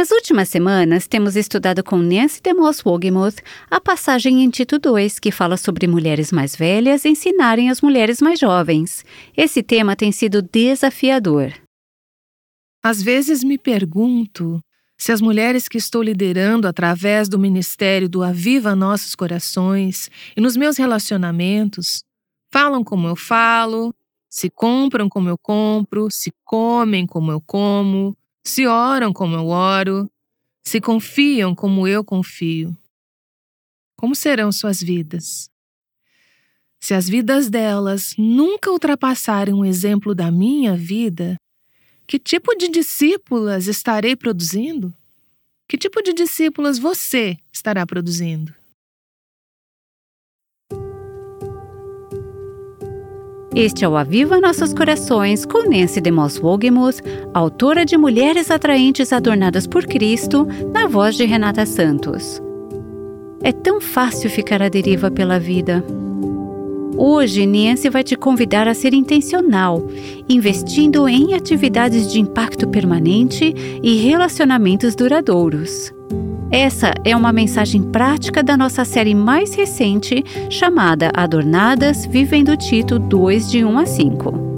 Nas últimas semanas, temos estudado com Nancy DeMoss Wolgemuth a passagem em Tito 2, que fala sobre mulheres mais velhas ensinarem as mulheres mais jovens. Esse tema tem sido desafiador. Às vezes me pergunto se as mulheres que estou liderando através do ministério do Aviva Nossos Corações e nos meus relacionamentos falam como eu falo, se compram como eu compro, se comem como eu como, se oram como eu oro, se confiam como eu confio. Como serão suas vidas? Se as vidas delas nunca ultrapassarem um exemplo da minha vida, que tipo de discípulas estarei produzindo? Que tipo de discípulas você estará produzindo? Este é o Aviva Nossos Corações com Nancy DeMoss Wolgemuth, autora de Mulheres Atraentes Adornadas por Cristo, na voz de Renata Santos. É tão fácil ficar à deriva pela vida. Hoje, Nancy vai te convidar a ser intencional, investindo em atividades de impacto permanente e relacionamentos duradouros. Essa é uma mensagem prática da nossa série mais recente, chamada Adornadas, vivendo Tito 2, de 1 a 5.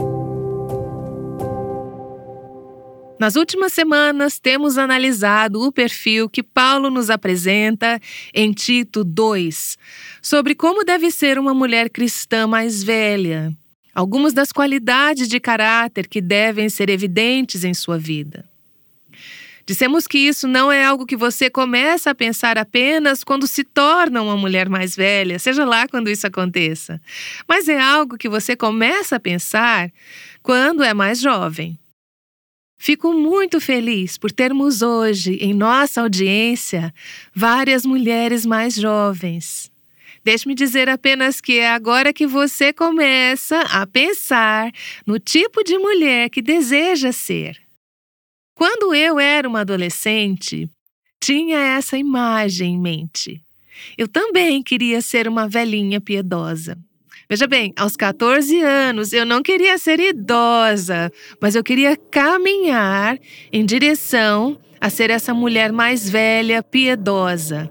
Nas últimas semanas, temos analisado o perfil que Paulo nos apresenta em Tito 2, sobre como deve ser uma mulher cristã mais velha, algumas das qualidades de caráter que devem ser evidentes em sua vida. Dissemos que isso não é algo que você começa a pensar apenas quando se torna uma mulher mais velha, seja lá quando isso aconteça, mas é algo que você começa a pensar quando é mais jovem. Fico muito feliz por termos hoje, em nossa audiência, várias mulheres mais jovens. Deixe-me dizer apenas que é agora que você começa a pensar no tipo de mulher que deseja ser. Quando eu era uma adolescente, tinha essa imagem em mente. Eu também queria ser uma velhinha piedosa. Veja bem, aos 14 anos eu não queria ser idosa, mas eu queria caminhar em direção a ser essa mulher mais velha, piedosa.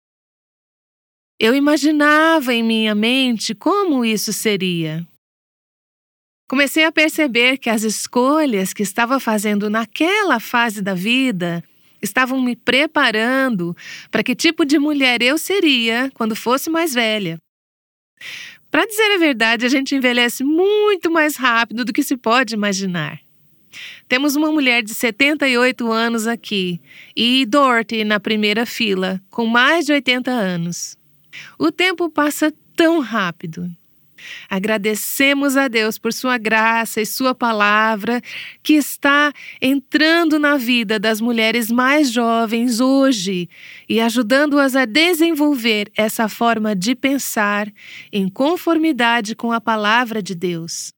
Eu imaginava em minha mente como isso seria. Comecei a perceber que as escolhas que estava fazendo naquela fase da vida estavam me preparando para que tipo de mulher eu seria quando fosse mais velha. Para dizer a verdade, a gente envelhece muito mais rápido do que se pode imaginar. Temos uma mulher de 78 anos aqui e Dorothy na primeira fila, com mais de 80 anos. O tempo passa tão rápido. Agradecemos a Deus por sua graça e sua palavra que está entrando na vida das mulheres mais jovens hoje e ajudando-as a desenvolver essa forma de pensar em conformidade com a palavra de Deus.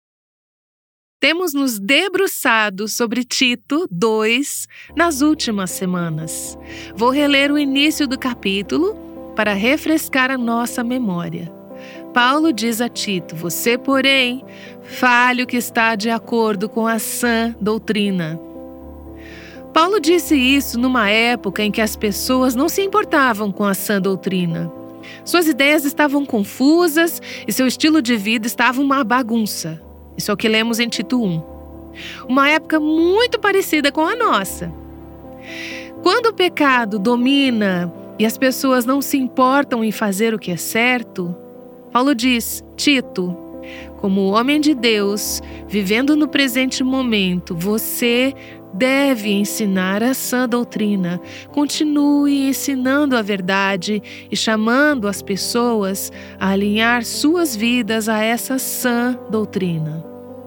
Temos nos debruçado sobre Tito 2 nas últimas semanas. Vou reler o início do capítulo para refrescar a nossa memória. Paulo diz a Tito: você, porém, fale o que está de acordo com a sã doutrina. Paulo disse isso numa época em que as pessoas não se importavam com a sã doutrina. Suas ideias estavam confusas e seu estilo de vida estava uma bagunça. Isso é o que lemos em Tito 1. Uma época muito parecida com a nossa. Quando o pecado domina e as pessoas não se importam em fazer o que é certo, Paulo diz: Tito, como homem de Deus, vivendo no presente momento, você deve ensinar a sã doutrina. Continue ensinando a verdade e chamando as pessoas a alinhar suas vidas a essa sã doutrina.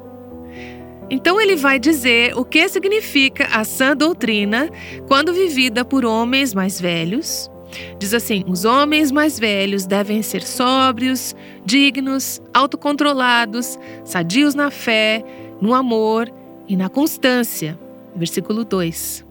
Então ele vai dizer o que significa a sã doutrina quando vivida por homens mais velhos. Diz assim: os homens mais velhos devem ser sóbrios, dignos, autocontrolados, sadios na fé, no amor e na constância. Versículo 2.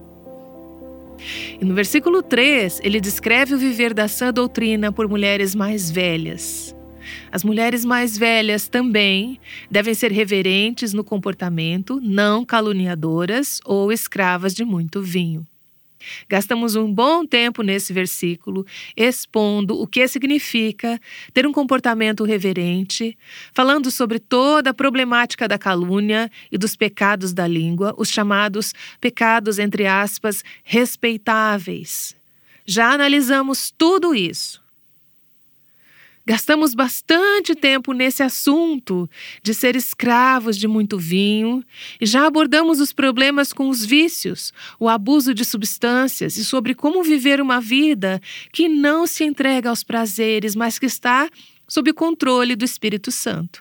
E no versículo 3, ele descreve o viver da sã doutrina por mulheres mais velhas. As mulheres mais velhas também devem ser reverentes no comportamento, não caluniadoras ou escravas de muito vinho. Gastamos um bom tempo nesse versículo, expondo o que significa ter um comportamento reverente, falando sobre toda a problemática da calúnia e dos pecados da língua, os chamados pecados, entre aspas, respeitáveis. Já analisamos tudo isso. Gastamos bastante tempo nesse assunto de ser escravos de muito vinho e já abordamos os problemas com os vícios, o abuso de substâncias e sobre como viver uma vida que não se entrega aos prazeres, mas que está sob o controle do Espírito Santo.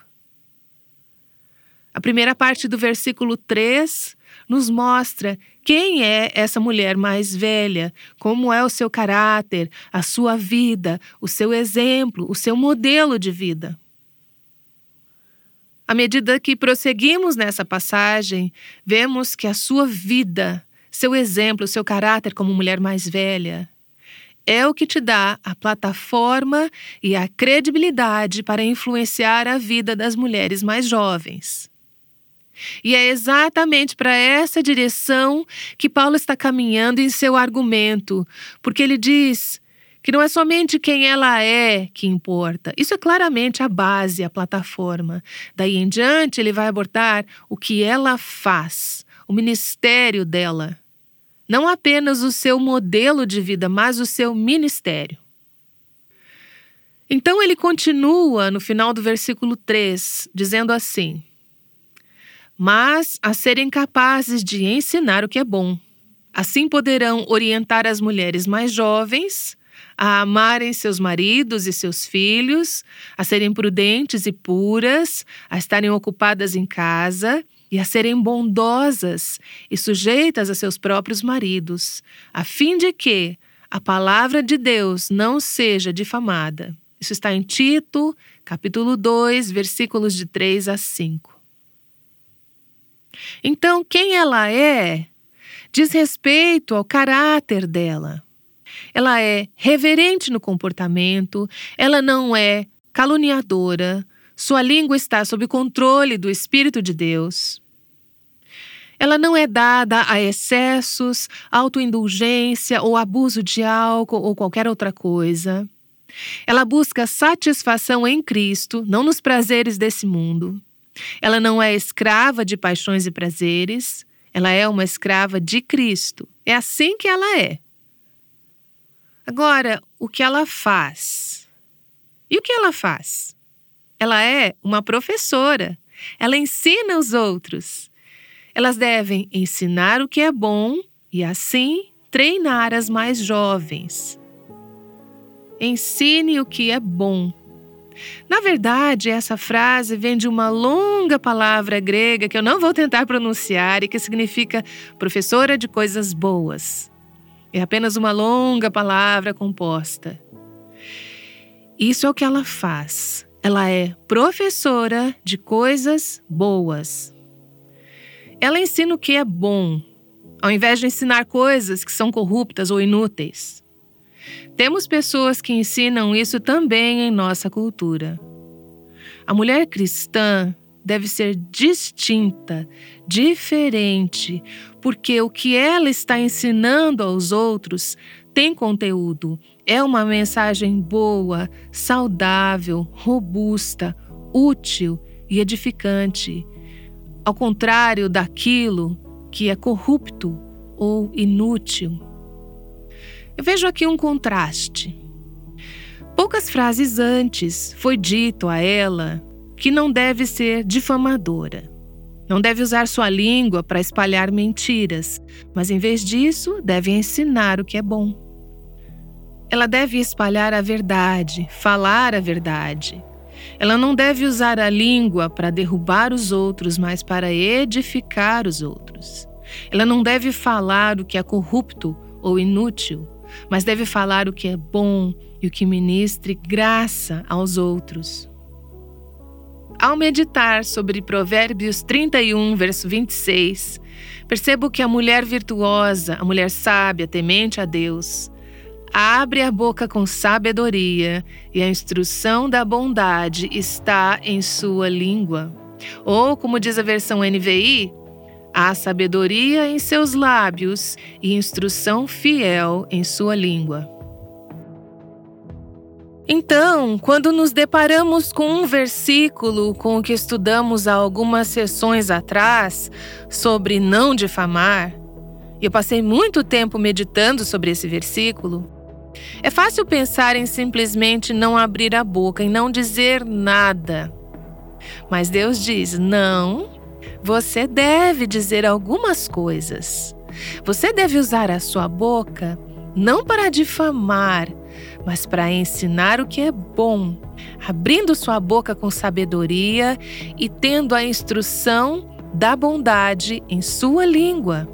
A primeira parte do versículo 3 nos mostra quem é essa mulher mais velha, como é o seu caráter, a sua vida, o seu exemplo, o seu modelo de vida. À medida que prosseguimos nessa passagem, vemos que a sua vida, seu exemplo, seu caráter como mulher mais velha, é o que te dá a plataforma e a credibilidade para influenciar a vida das mulheres mais jovens. E é exatamente para essa direção que Paulo está caminhando em seu argumento, porque ele diz que não é somente quem ela é que importa. Isso é claramente a base, a plataforma. Daí em diante, ele vai abordar o que ela faz, o ministério dela. Não apenas o seu modelo de vida, mas o seu ministério. Então ele continua no final do versículo 3, dizendo assim: mas a serem capazes de ensinar o que é bom. Assim poderão orientar as mulheres mais jovens a amarem seus maridos e seus filhos, a serem prudentes e puras, a estarem ocupadas em casa e a serem bondosas e sujeitas a seus próprios maridos, a fim de que a palavra de Deus não seja difamada. Isso está em Tito, capítulo 2, versículos de 3 a 5. Então, quem ela é diz respeito ao caráter dela. Ela é reverente no comportamento, ela não é caluniadora, sua língua está sob o controle do Espírito de Deus. Ela não é dada a excessos, autoindulgência ou abuso de álcool ou qualquer outra coisa. Ela busca satisfação em Cristo, não nos prazeres desse mundo. Ela não é escrava de paixões e prazeres, ela é uma escrava de Cristo. É assim que ela é. Agora, o que ela faz? E o que ela faz? Ela é uma professora. Ela ensina os outros. Elas devem ensinar o que é bom e, assim, treinar as mais jovens. Ensine o que é bom. Na verdade, essa frase vem de uma longa palavra grega que eu não vou tentar pronunciar e que significa professora de coisas boas. É apenas uma longa palavra composta. Isso é o que ela faz. Ela é professora de coisas boas. Ela ensina o que é bom, ao invés de ensinar coisas que são corruptas ou inúteis. Temos pessoas que ensinam isso também em nossa cultura. A mulher cristã deve ser distinta, diferente, porque o que ela está ensinando aos outros tem conteúdo. É uma mensagem boa, saudável, robusta, útil e edificante. Ao contrário daquilo que é corrupto ou inútil. Eu vejo aqui um contraste. Poucas frases antes foi dito a ela que não deve ser difamadora. Não deve usar sua língua para espalhar mentiras, mas em vez disso, deve ensinar o que é bom. Ela deve espalhar a verdade, falar a verdade. Ela não deve usar a língua para derrubar os outros, mas para edificar os outros. Ela não deve falar o que é corrupto ou inútil, mas deve falar o que é bom e o que ministre graça aos outros. Ao meditar sobre Provérbios 31, verso 26, percebo que a mulher virtuosa, a mulher sábia, temente a Deus, abre a boca com sabedoria e a instrução da bondade está em sua língua. Ou, como diz a versão NVI, Há sabedoria em seus lábios e instrução fiel em sua língua. Então, quando nos deparamos com um versículo com o que estudamos há algumas sessões atrás, sobre não difamar, e eu passei muito tempo meditando sobre esse versículo, é fácil pensar em simplesmente não abrir a boca e não dizer nada. Mas Deus diz, não, você deve dizer algumas coisas. Você deve usar a sua boca não para difamar, mas para ensinar o que é bom, abrindo sua boca com sabedoria e tendo a instrução da bondade em sua língua.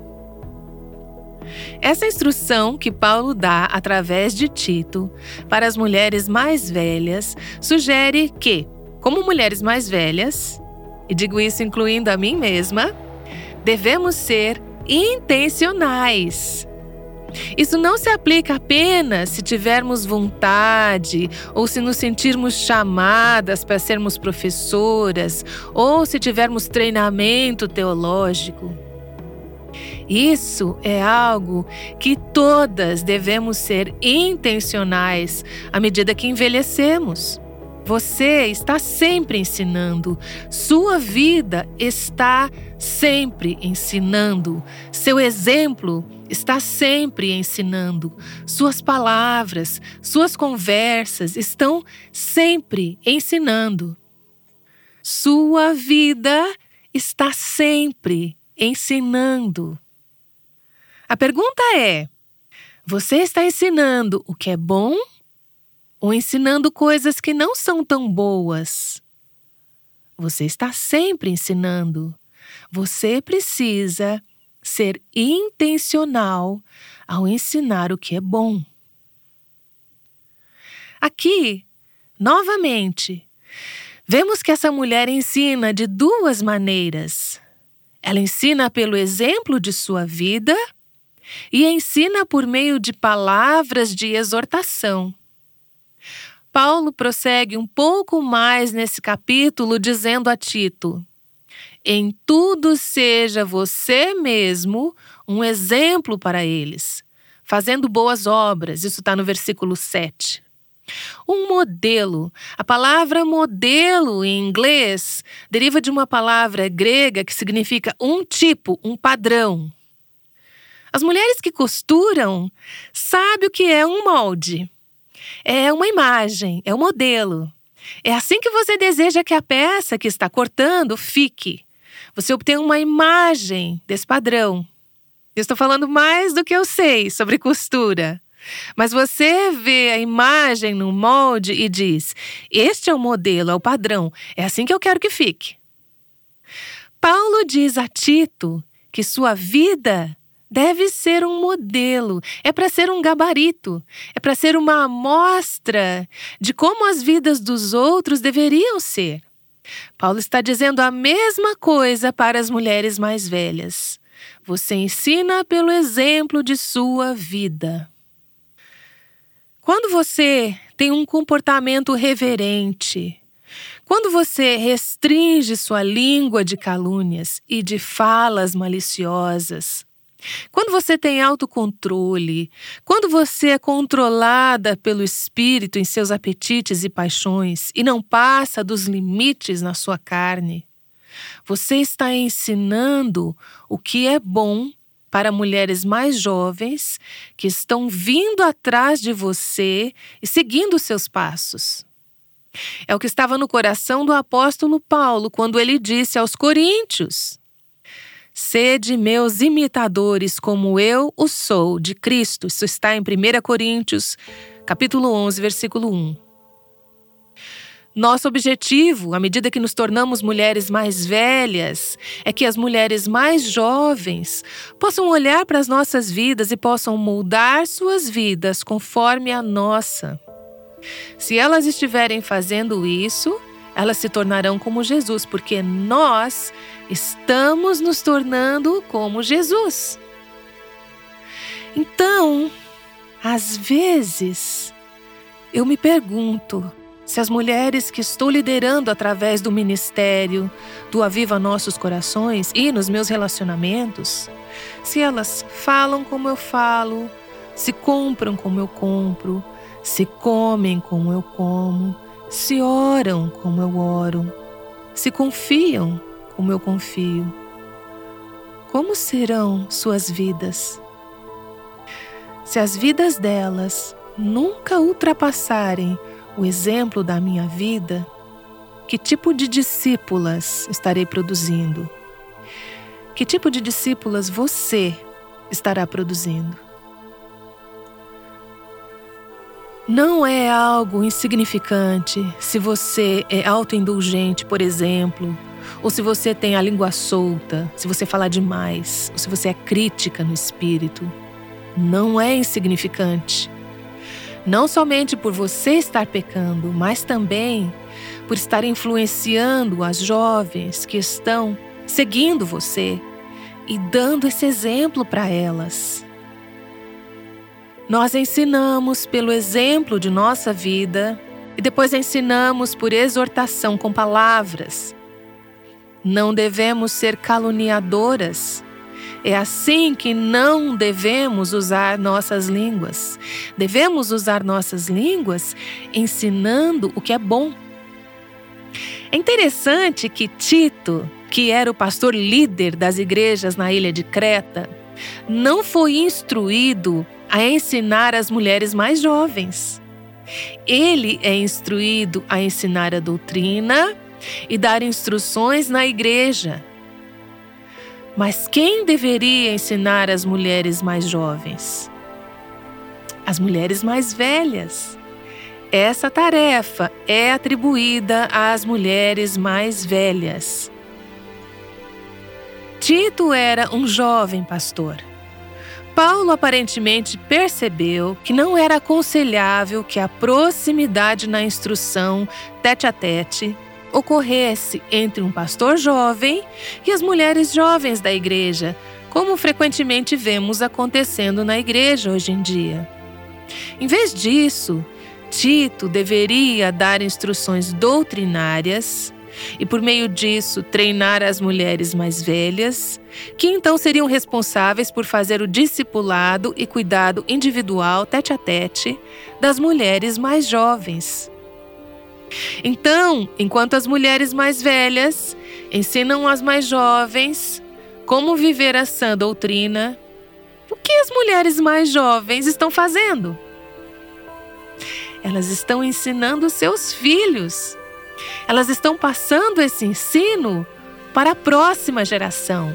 Essa instrução que Paulo dá através de Tito para as mulheres mais velhas sugere que, como mulheres mais velhas, e digo isso incluindo a mim mesma, devemos ser intencionais. Isso não se aplica apenas se tivermos vontade ou se nos sentirmos chamadas para sermos professoras ou se tivermos treinamento teológico. Isso é algo que todas devemos ser intencionais à medida que envelhecemos. Você está sempre ensinando. Sua vida está sempre ensinando. Seu exemplo está sempre ensinando. Suas palavras, suas conversas estão sempre ensinando. Sua vida está sempre ensinando. A pergunta é: você está ensinando o que é bom ou ensinando coisas que não são tão boas? Você está sempre ensinando. Você precisa ser intencional ao ensinar o que é bom. Aqui, novamente, vemos que essa mulher ensina de duas maneiras. Ela ensina pelo exemplo de sua vida e ensina por meio de palavras de exortação. Paulo prossegue um pouco mais nesse capítulo dizendo a Tito: em tudo seja você mesmo um exemplo para eles, fazendo boas obras. Isso está no versículo 7. Um modelo. A palavra modelo em inglês deriva de uma palavra grega que significa um tipo, um padrão. As mulheres que costuram sabem o que é um molde. É uma imagem, é um modelo. É assim que você deseja que a peça que está cortando fique. Você obtém uma imagem desse padrão. Eu estou falando mais do que eu sei sobre costura. Mas você vê a imagem no molde e diz: este é o modelo, é o padrão, é assim que eu quero que fique. Paulo diz a Tito que sua vida deve ser um modelo, é para ser um gabarito, é para ser uma amostra de como as vidas dos outros deveriam ser. Paulo está dizendo a mesma coisa para as mulheres mais velhas. Você ensina pelo exemplo de sua vida. Quando você tem um comportamento reverente, quando você restringe sua língua de calúnias e de falas maliciosas, quando você tem autocontrole, quando você é controlada pelo Espírito em seus apetites e paixões e não passa dos limites na sua carne, você está ensinando o que é bom para mulheres mais jovens que estão vindo atrás de você e seguindo os seus passos. É o que estava no coração do apóstolo Paulo quando ele disse aos coríntios: sede meus imitadores como eu o sou de Cristo. Isso está em 1 Coríntios, capítulo 11, versículo 1. Nosso objetivo, à medida que nos tornamos mulheres mais velhas, é que as mulheres mais jovens possam olhar para as nossas vidas e possam moldar suas vidas conforme a nossa. Se elas estiverem fazendo isso, elas se tornarão como Jesus, porque nós estamos nos tornando como Jesus. Então, às vezes, eu me pergunto: Se as mulheres que estou liderando através do ministério do Aviva Nossos Corações e nos meus relacionamentos, se elas falam como eu falo, se compram como eu compro, se comem como eu como, se oram como eu oro, se confiam como eu confio, como serão suas vidas? Se as vidas delas nunca ultrapassarem o exemplo da minha vida, que tipo de discípulas estarei produzindo? Que tipo de discípulas você estará produzindo? Não é algo insignificante se você é autoindulgente, por exemplo, ou se você tem a língua solta, se você fala demais, ou se você é crítica no espírito. Não é insignificante. Não somente por você estar pecando, mas também por estar influenciando as jovens que estão seguindo você e dando esse exemplo para elas. Nós ensinamos pelo exemplo de nossa vida e depois ensinamos por exortação com palavras. Não devemos ser caluniadoras. É assim que não devemos usar nossas línguas. Devemos usar nossas línguas ensinando o que é bom. É interessante que Tito, que era o pastor líder das igrejas na ilha de Creta, não foi instruído a ensinar as mulheres mais jovens. Ele é instruído a ensinar a doutrina e dar instruções na igreja. Mas quem deveria ensinar as mulheres mais jovens? As mulheres mais velhas. Essa tarefa é atribuída às mulheres mais velhas. Tito era um jovem pastor. Paulo aparentemente percebeu que não era aconselhável que a proximidade na instrução tete-a-tete ocorresse entre um pastor jovem e as mulheres jovens da igreja, como frequentemente vemos acontecendo na igreja hoje em dia. Em vez disso, Tito deveria dar instruções doutrinárias e, por meio disso, treinar as mulheres mais velhas, que então seriam responsáveis por fazer o discipulado e cuidado individual, tete-a-tete, das mulheres mais jovens. Então, enquanto as mulheres mais velhas ensinam as mais jovens como viver a sã doutrina, o que as mulheres mais jovens estão fazendo? Elas estão ensinando seus filhos. Elas estão passando esse ensino para a próxima geração.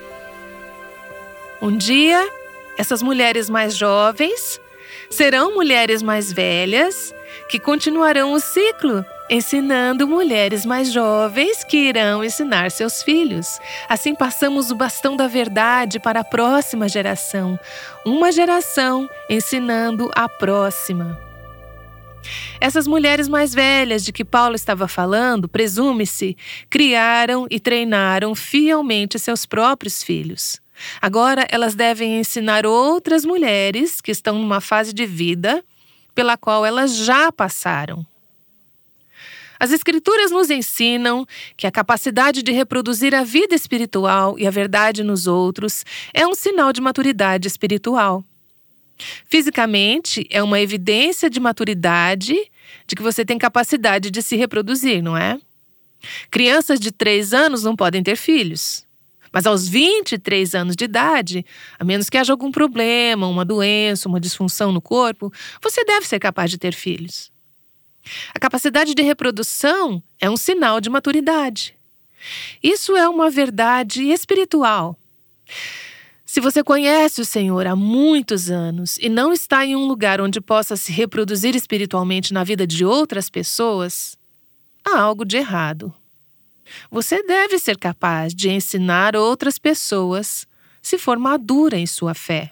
Um dia, essas mulheres mais jovens serão mulheres mais velhas que continuarão o ciclo, ensinando mulheres mais jovens que irão ensinar seus filhos. Assim passamos o bastão da verdade para a próxima geração. Uma geração ensinando a próxima. Essas mulheres mais velhas de que Paulo estava falando, presume-se, criaram e treinaram fielmente seus próprios filhos. Agora elas devem ensinar outras mulheres que estão numa fase de vida pela qual elas já passaram. As Escrituras nos ensinam que a capacidade de reproduzir a vida espiritual e a verdade nos outros é um sinal de maturidade espiritual. Fisicamente, é uma evidência de maturidade, de que você tem capacidade de se reproduzir, não é? Crianças de 3 anos não podem ter filhos. Mas aos 23 anos de idade, a menos que haja algum problema, uma doença, uma disfunção no corpo, você deve ser capaz de ter filhos. A capacidade de reprodução é um sinal de maturidade. Isso é uma verdade espiritual. Se você conhece o Senhor há muitos anos e não está em um lugar onde possa se reproduzir espiritualmente na vida de outras pessoas, há algo de errado. Você deve ser capaz de ensinar outras pessoas se for madura em sua fé.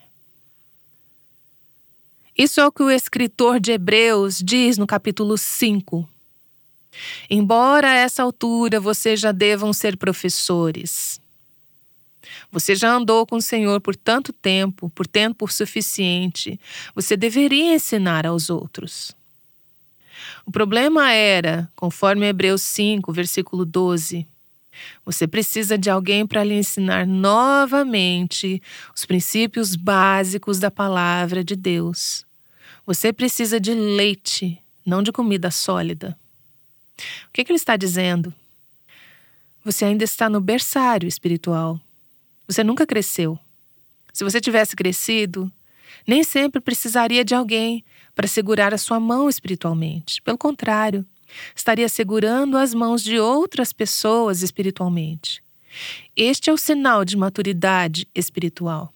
Isso é o que o escritor de Hebreus diz no capítulo 5. Embora a essa altura vocês já devam ser professores. Você já andou com o Senhor por tanto tempo, por tempo suficiente. Você deveria ensinar aos outros. O problema era, conforme Hebreus 5, versículo 12, você precisa de alguém para lhe ensinar novamente os princípios básicos da palavra de Deus. Você precisa de leite, não de comida sólida. O que ele está dizendo? Você ainda está no berçário espiritual. Você nunca cresceu. Se você tivesse crescido, nem sempre precisaria de alguém para segurar a sua mão espiritualmente. Pelo contrário, estaria segurando as mãos de outras pessoas espiritualmente. Este é o sinal de maturidade espiritual.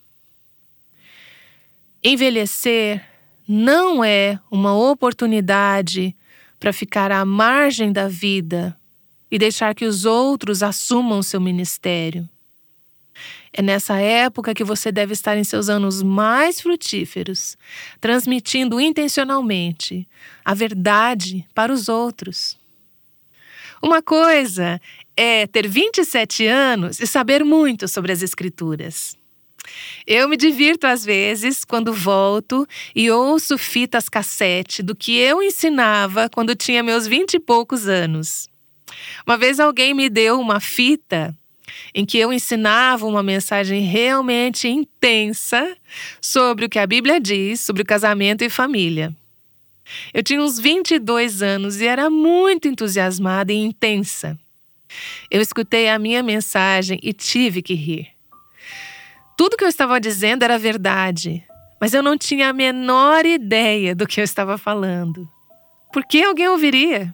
Envelhecer não é uma oportunidade para ficar à margem da vida e deixar que os outros assumam seu ministério. É nessa época que você deve estar em seus anos mais frutíferos, transmitindo intencionalmente a verdade para os outros. Uma coisa é ter 27 anos e saber muito sobre as Escrituras. Eu me divirto às vezes quando volto e ouço fitas cassete do que eu ensinava quando tinha meus 20 e poucos anos. Uma vez alguém me deu uma fita em que eu ensinava uma mensagem realmente intensa sobre o que a Bíblia diz sobre o casamento e família. Eu tinha uns 22 anos e era muito entusiasmada e intensa. Eu escutei a minha mensagem e tive que rir. Tudo que eu estava dizendo era verdade, mas eu não tinha a menor ideia do que eu estava falando. Por que alguém ouviria?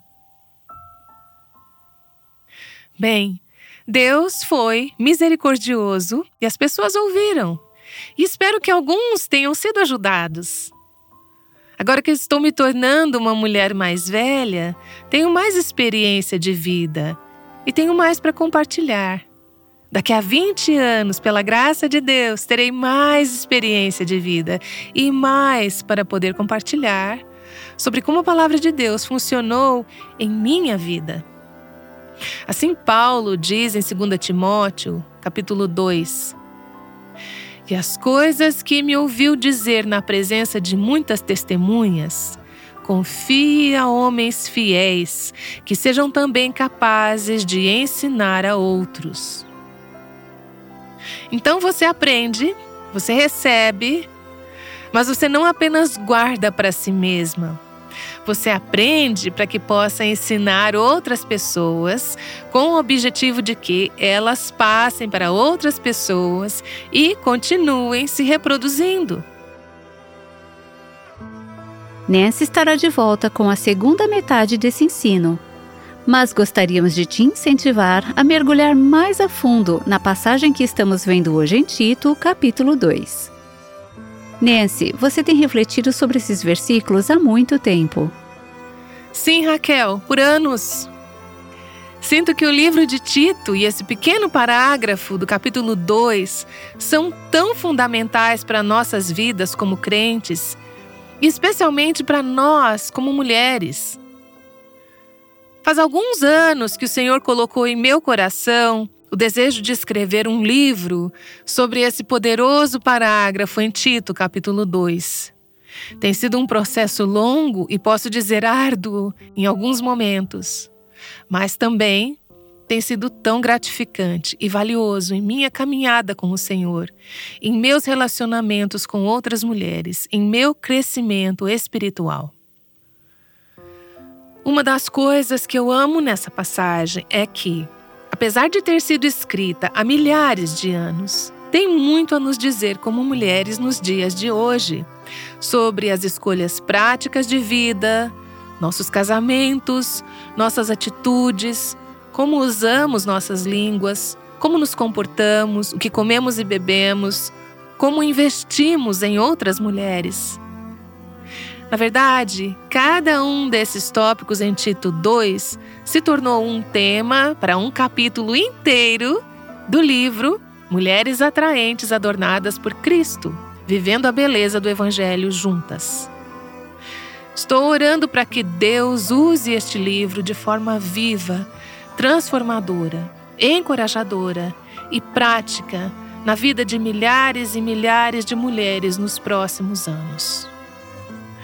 Bem, Deus foi misericordioso e as pessoas ouviram. E espero que alguns tenham sido ajudados. Agora que eu estou me tornando uma mulher mais velha, tenho mais experiência de vida e tenho mais para compartilhar. Daqui a 20 anos, pela graça de Deus, terei mais experiência de vida e mais para poder compartilhar sobre como a palavra de Deus funcionou em minha vida. Assim Paulo diz em 2 Timóteo, capítulo 2, que as coisas que me ouviu dizer na presença de muitas testemunhas, confie a homens fiéis, que sejam também capazes de ensinar a outros. Então você aprende, você recebe, mas você não apenas guarda para si mesma. Você aprende para que possa ensinar outras pessoas com o objetivo de que elas passem para outras pessoas e continuem se reproduzindo. Nancy estará de volta com a segunda metade desse ensino, mas gostaríamos de te incentivar a mergulhar mais a fundo na passagem que estamos vendo hoje em Tito, capítulo 2. Nancy, você tem refletido sobre esses versículos há muito tempo. Sim, Raquel, por anos. Sinto que o livro de Tito e esse pequeno parágrafo do capítulo 2 são tão fundamentais para nossas vidas como crentes, e especialmente para nós como mulheres. Faz alguns anos que o Senhor colocou em meu coração o desejo de escrever um livro sobre esse poderoso parágrafo em Tito, capítulo 2. Tem sido um processo longo e posso dizer árduo em alguns momentos, mas também tem sido tão gratificante e valioso em minha caminhada com o Senhor, em meus relacionamentos com outras mulheres, em meu crescimento espiritual. Uma das coisas que eu amo nessa passagem é que, apesar de ter sido escrita há milhares de anos, tem muito a nos dizer como mulheres nos dias de hoje, sobre as escolhas práticas de vida, nossos casamentos, nossas atitudes, como usamos nossas línguas, como nos comportamos, o que comemos e bebemos, como investimos em outras mulheres. Na verdade, cada um desses tópicos em Tito 2 se tornou um tema para um capítulo inteiro do livro Mulheres Atraentes Adornadas por Cristo, vivendo a beleza do Evangelho juntas. Estou orando para que Deus use este livro de forma viva, transformadora, encorajadora e prática na vida de milhares e milhares de mulheres nos próximos anos.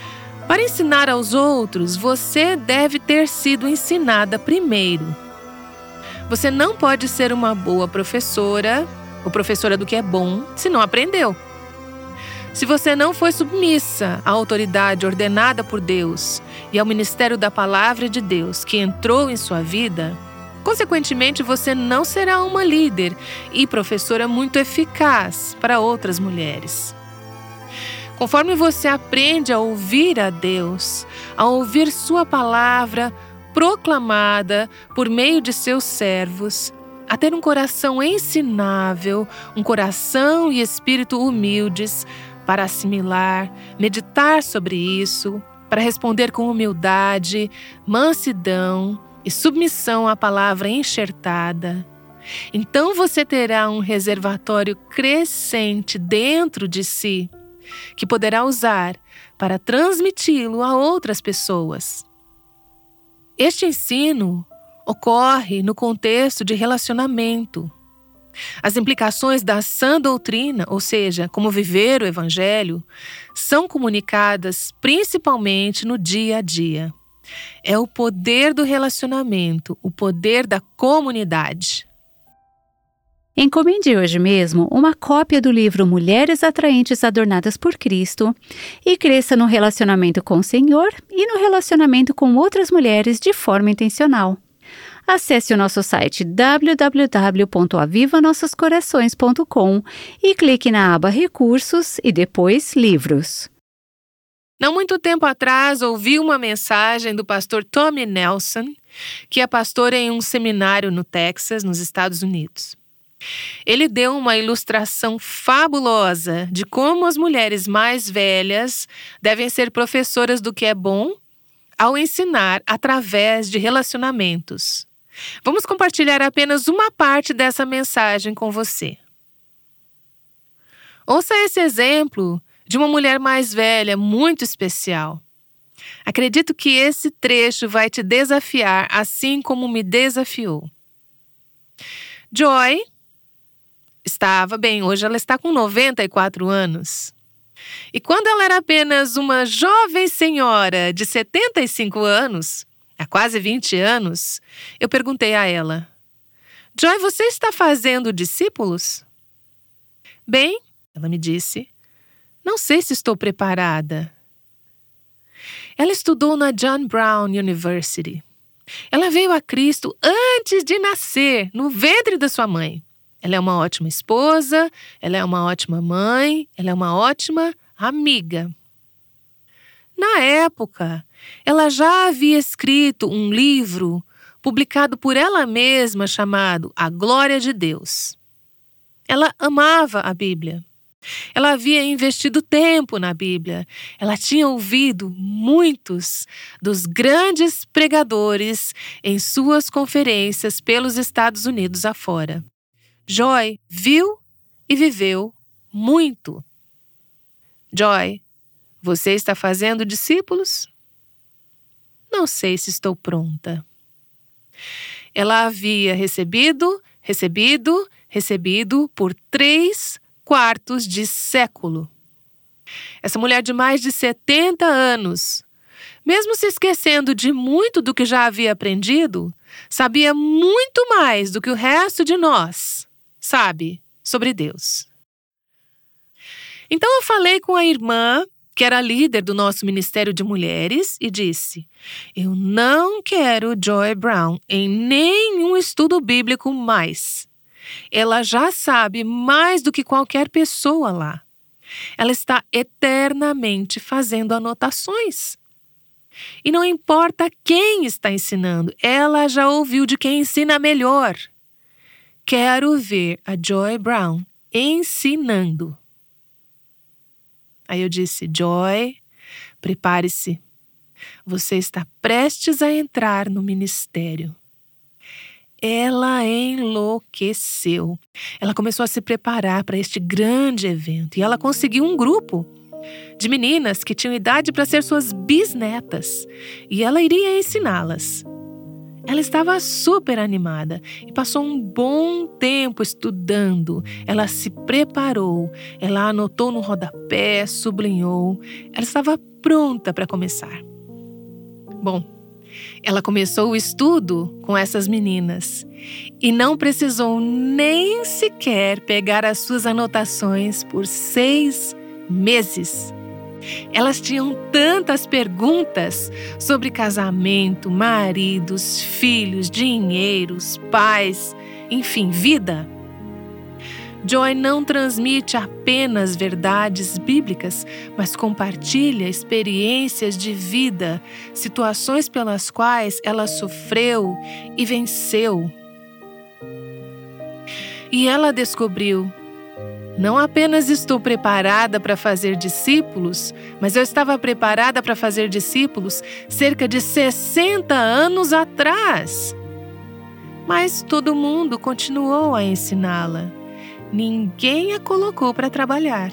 Para ensinar aos outros, você deve ter sido ensinada primeiro. Você não pode ser uma boa professora ou professora do que é bom se não aprendeu. Se você não foi submissa à autoridade ordenada por Deus e ao ministério da palavra de Deus que entrou em sua vida, consequentemente você não será uma líder e professora muito eficaz para outras mulheres. Conforme você aprende a ouvir a Deus, a ouvir sua palavra proclamada por meio de seus servos, a ter um coração ensinável, um coração e espírito humildes para assimilar, meditar sobre isso, para responder com humildade, mansidão e submissão à palavra enxertada. Então você terá um reservatório crescente dentro de si, que poderá usar para transmiti-lo a outras pessoas. Este ensino ocorre no contexto de relacionamento. As implicações da sã doutrina, ou seja, como viver o Evangelho, são comunicadas principalmente no dia a dia. É o poder do relacionamento, o poder da comunidade. Encomende hoje mesmo uma cópia do livro Mulheres Atraentes Adornadas por Cristo e cresça no relacionamento com o Senhor e no relacionamento com outras mulheres de forma intencional. Acesse o nosso site www.avivanossoscorações.com e clique na aba Recursos e depois Livros. Não muito tempo atrás, ouvi uma mensagem do pastor Tommy Nelson, que é pastor em um seminário no Texas, nos Estados Unidos. Ele deu uma ilustração fabulosa de como as mulheres mais velhas devem ser professoras do que é bom ao ensinar através de relacionamentos. Vamos compartilhar apenas uma parte dessa mensagem com você. Ouça esse exemplo de uma mulher mais velha, muito especial. Acredito que esse trecho vai te desafiar, assim como me desafiou. Joy hoje ela está com 94 anos. E quando ela era apenas uma jovem senhora de 75 anos, há quase 20 anos, eu perguntei a ela: Joy, você está fazendo discípulos? Bem, ela me disse, não sei se estou preparada. Ela estudou na John Brown University. Ela veio a Cristo antes de nascer, no ventre da sua mãe. Ela é uma ótima esposa, ela é uma ótima mãe, ela é uma ótima amiga. Na época, ela já havia escrito um livro publicado por ela mesma chamado A Glória de Deus. Ela amava a Bíblia. Ela havia investido tempo na Bíblia. Ela tinha ouvido muitos dos grandes pregadores em suas conferências pelos Estados Unidos afora. Joy viu e viveu muito. Joy, você está fazendo discípulos? Não sei se estou pronta. Ela havia recebido por 3/4 de século. Essa mulher de mais de 70 anos, mesmo se esquecendo de muito do que já havia aprendido, sabia muito mais do que o resto de nós sabe sobre Deus. Então eu falei com a irmã, que era líder do nosso Ministério de Mulheres, e disse: eu não quero Joy Brown em nenhum estudo bíblico mais. Ela já sabe mais do que qualquer pessoa lá. Ela está eternamente fazendo anotações. E não importa quem está ensinando, ela já ouviu de quem ensina melhor. Quero ver a Joy Brown ensinando. Aí eu disse: Joy, prepare-se. Você está prestes a entrar no ministério. Ela enlouqueceu. Ela começou a se preparar para este grande evento e ela conseguiu um grupo de meninas que tinham idade para ser suas bisnetas e ela iria ensiná-las. Ela estava super animada e passou um bom tempo estudando. Ela se preparou, ela anotou no rodapé, sublinhou. Ela estava pronta para começar. Bom, ela começou o estudo com essas meninas e não precisou nem sequer pegar as suas anotações por 6 meses. Elas tinham tantas perguntas sobre casamento, maridos, filhos, dinheiros, pais, enfim, vida. Joy não transmite apenas verdades bíblicas, mas compartilha experiências de vida, situações pelas quais ela sofreu e venceu. E ela descobriu: não apenas estou preparada para fazer discípulos, mas eu estava preparada para fazer discípulos cerca de 60 anos atrás. Mas todo mundo continuou a ensiná-la. Ninguém a colocou para trabalhar.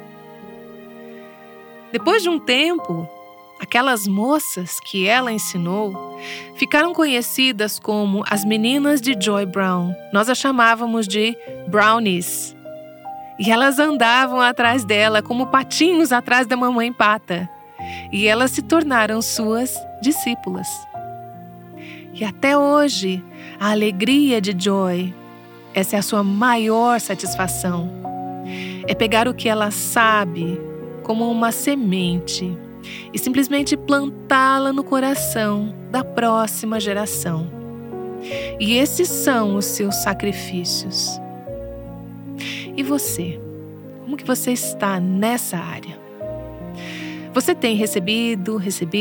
Depois de um tempo, aquelas moças que ela ensinou ficaram conhecidas como as meninas de Joy Brown. Nós as chamávamos de Brownies. E elas andavam atrás dela como patinhos atrás da mamãe pata. E elas se tornaram suas discípulas. E até hoje, a alegria de Joy, essa é a sua maior satisfação. É pegar o que ela sabe como uma semente e simplesmente plantá-la no coração da próxima geração. E esses são os seus sacrifícios. E você? Como que você está nessa área? Você tem recebido?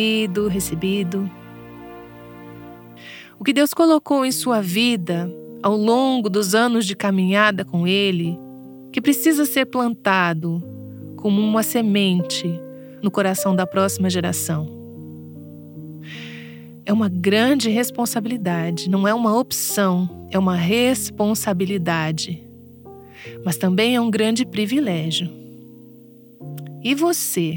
O que Deus colocou em sua vida ao longo dos anos de caminhada com Ele, que precisa ser plantado como uma semente no coração da próxima geração. É uma grande responsabilidade, não é uma opção, é uma responsabilidade. Mas também é um grande privilégio. E você?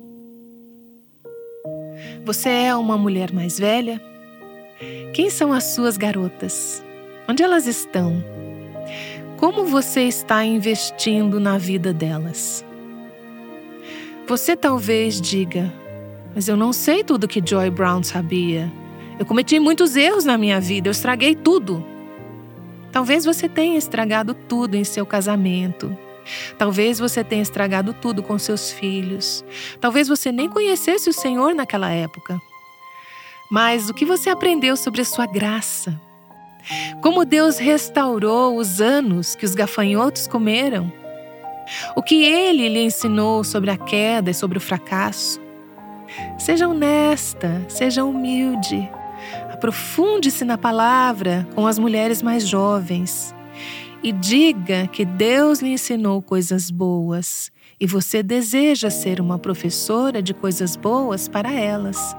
Você é uma mulher mais velha? Quem são as suas garotas? Onde elas estão? Como você está investindo na vida delas? Você talvez diga: mas eu não sei tudo que Joy Brown sabia. Eu cometi muitos erros na minha vida, eu estraguei tudo. Talvez você tenha estragado tudo em seu casamento. Talvez você tenha estragado tudo com seus filhos. Talvez você nem conhecesse o Senhor naquela época. Mas o que você aprendeu sobre a sua graça? Como Deus restaurou os anos que os gafanhotos comeram? O que Ele lhe ensinou sobre a queda e sobre o fracasso? Seja honesta, seja humilde. Aprofunde-se na palavra com as mulheres mais jovens e diga que Deus lhe ensinou coisas boas e você deseja ser uma professora de coisas boas para elas.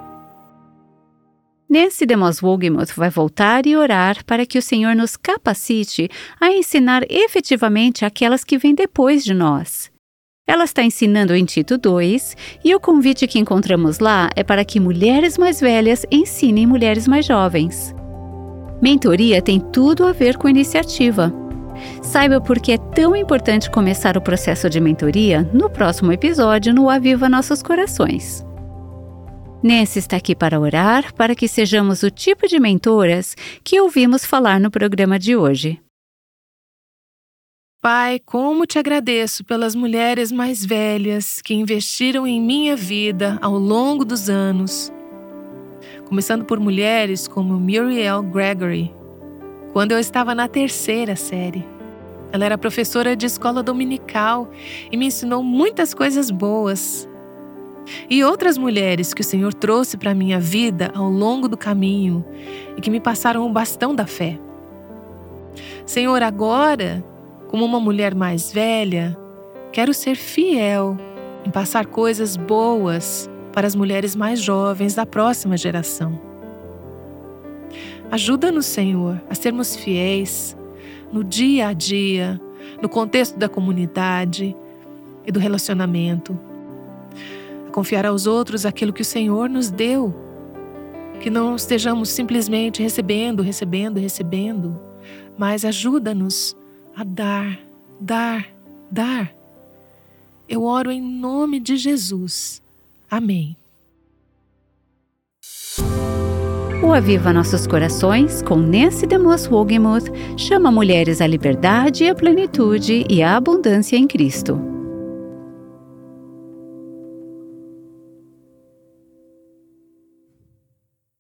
Nancy DeMoss Wolgemuth vai voltar e orar para que o Senhor nos capacite a ensinar efetivamente aquelas que vêm depois de nós. Ela está ensinando em Tito 2 e o convite que encontramos lá é para que mulheres mais velhas ensinem mulheres mais jovens. Mentoria tem tudo a ver com iniciativa. Saiba por que é tão importante começar o processo de mentoria no próximo episódio no Aviva Nossos Corações. Nancy está aqui para orar para que sejamos o tipo de mentoras que ouvimos falar no programa de hoje. Pai, como te agradeço pelas mulheres mais velhas que investiram em minha vida ao longo dos anos. Começando por mulheres como Muriel Gregory, quando eu estava na 3ª série. Ela era professora de escola dominical e me ensinou muitas coisas boas. E outras mulheres que o Senhor trouxe para a minha vida ao longo do caminho e que me passaram o bastão da fé. Senhor, agora, como uma mulher mais velha, quero ser fiel em passar coisas boas para as mulheres mais jovens da próxima geração. Ajuda-nos, Senhor, a sermos fiéis no dia a dia, no contexto da comunidade e do relacionamento. A confiar aos outros aquilo que o Senhor nos deu Que não estejamos simplesmente recebendo, mas ajuda-nos a dar. Eu oro em nome de Jesus. Amém. O Aviva Nossos Corações, com Nancy DeMoss Wogemuth, chama mulheres à liberdade, à plenitude e à abundância em Cristo.